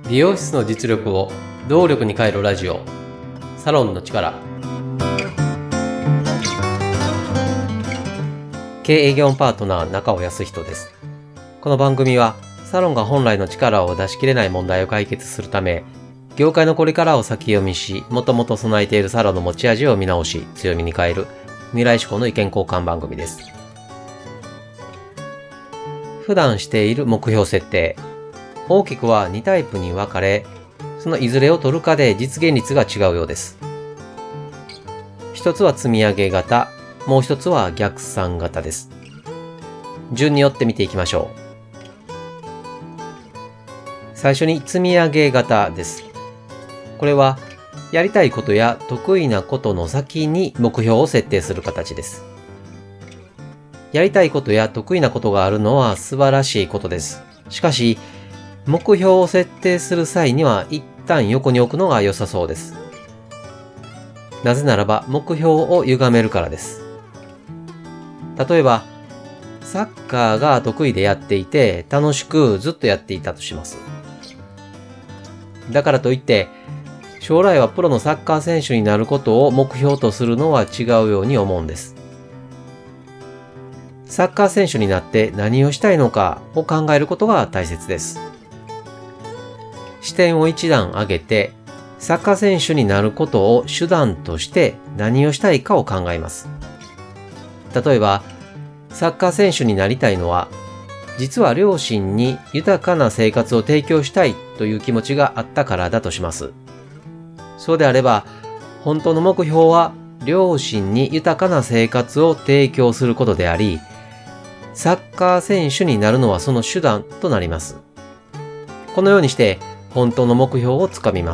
美容室の実力を動力に変えるラジオ、サロンの力。経営業パートナー中尾康人です。この番組はサロンが本来の力を出し切れない問題を解決するため、業界のこれからを先読みし、もともと備えているサロンの持ち味を見直し、強みに変える未来志向の意見交換番組です。普段している目標設定、大きくは2タイプに分かれ、そのいずれを取るかで実現率が違うようです。一つは積み上げ型、もう一つは逆算型です。順によって見ていきましょう。最初に積み上げ型です。これはやりたいことや得意なことの先に目標を設定する形です。やりたいことや得意なことがあるのは素晴らしいことです。しかし、目標を設定する際には一旦横に置くのが良さそうです。なぜならば目標を歪めるからです。例えば、サッカーが得意でやっていて楽しくずっとやっていたとします。だからといって、将来はプロのサッカー選手になることを目標とするのは違うように思うんです。サッカー選手になって何をしたいのかを考えることが大切です。視点を一段上げて、サッカー選手になることを手段として何をしたいかを考えます。例えば、サッカー選手になりたいのは、実は両親に豊かな生活を提供したいという気持ちがあったからだとします。そうであれば、本当の目標は両親に豊かな生活を提供することであり、サッカー選手になるのはその手段となります。このようにして本当の目標をつかみます。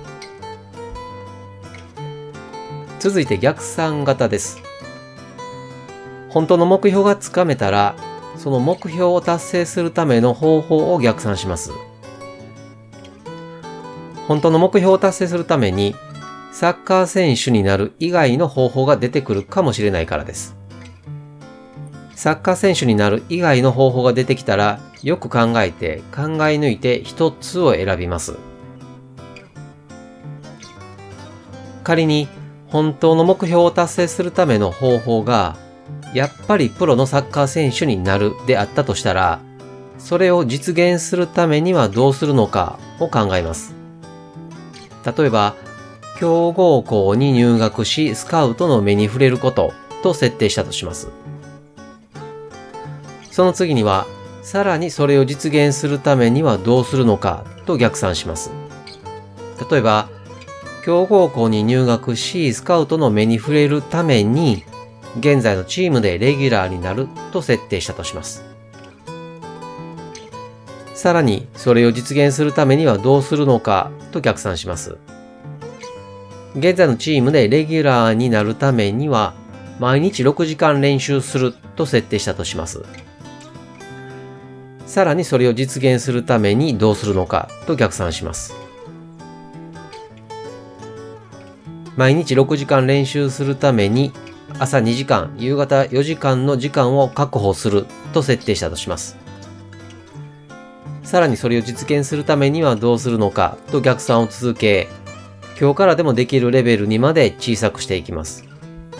続いて逆算型です。本当の目標がつかめたら、その目標を達成するための方法を逆算します。本当の目標を達成するために、サッカー選手になる以外の方法が出てくるかもしれないからです。サッカー選手になる以外の方法が出てきたら、よく考え抜いて一つを選びます。仮に本当の目標を達成するための方法が、やっぱりプロのサッカー選手になるであったとしたら、それを実現するためにはどうするのかを考えます。例えば、強豪校に入学し、スカウトの目に触れることと設定したとします。その次には、さらにそれを実現するためにはどうするのかと逆算します。例えば、強豪校に入学し、スカウトの目に触れるために、現在のチームでレギュラーになると設定したとします。さらに、それを実現するためにはどうするのかと逆算します。現在のチームでレギュラーになるためには、毎日6時間練習すると設定したとします。さらにそれを実現するためにどうするのかと逆算します。毎日6時間練習するために朝2時間、夕方4時間の時間を確保すると設定したとします。さらにそれを実現するためにはどうするのかと逆算を続け、今日からでもできるレベルにまで小さくしていきます。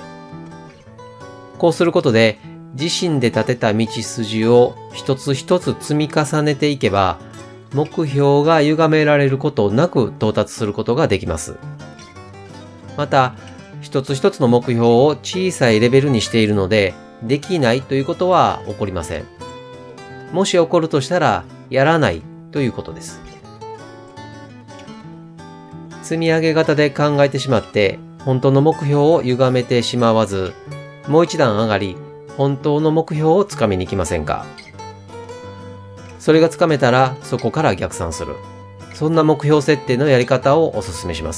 こうすることで、自身で立てた道筋を一つ一つ積み重ねていけば、目標が歪められることなく到達することができます。また、一つ一つの目標を小さいレベルにしているので、できないということは起こりません。もし起こるとしたら、やらないということです。積み上げ型で考えてしまって、本当の目標を歪めてしまわず、もう一段上がり、本当の目標をつかみに行きませんか？それがつかめたらそこから逆算する。そんな目標設定のやり方をお勧めします。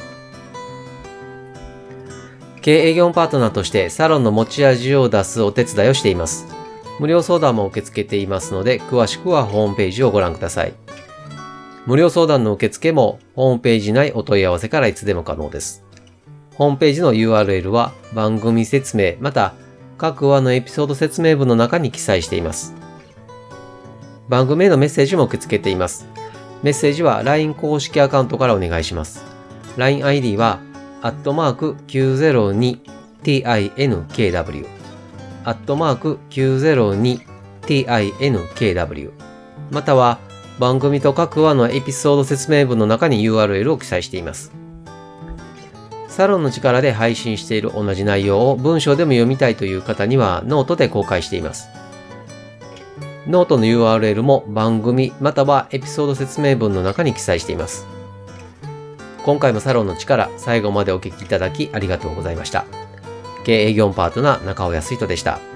経営業パートナーとしてサロンの持ち味を出すお手伝いをしています。無料相談も受け付けていますので、詳しくはホームページをご覧ください。無料相談の受付もホームページ内お問い合わせからいつでも可能です。ホームページの URL は番組説明また各話のエピソード説明文の中に記載しています。番組へのメッセージも受け付けています。 メッセージは LINE 公式アカウントからお願いします。LINE ID は、@902tinkw、@902tinkw、または、番組と各話のエピソード説明文の中に URL を記載しています。サロンの力で配信している同じ内容を文章でも読みたいという方にはノートで公開しています。ノートの URL も番組またはエピソード説明文の中に記載しています。今回もサロンの力、最後までお聞きいただきありがとうございました。経営業パートナー中尾康人でした。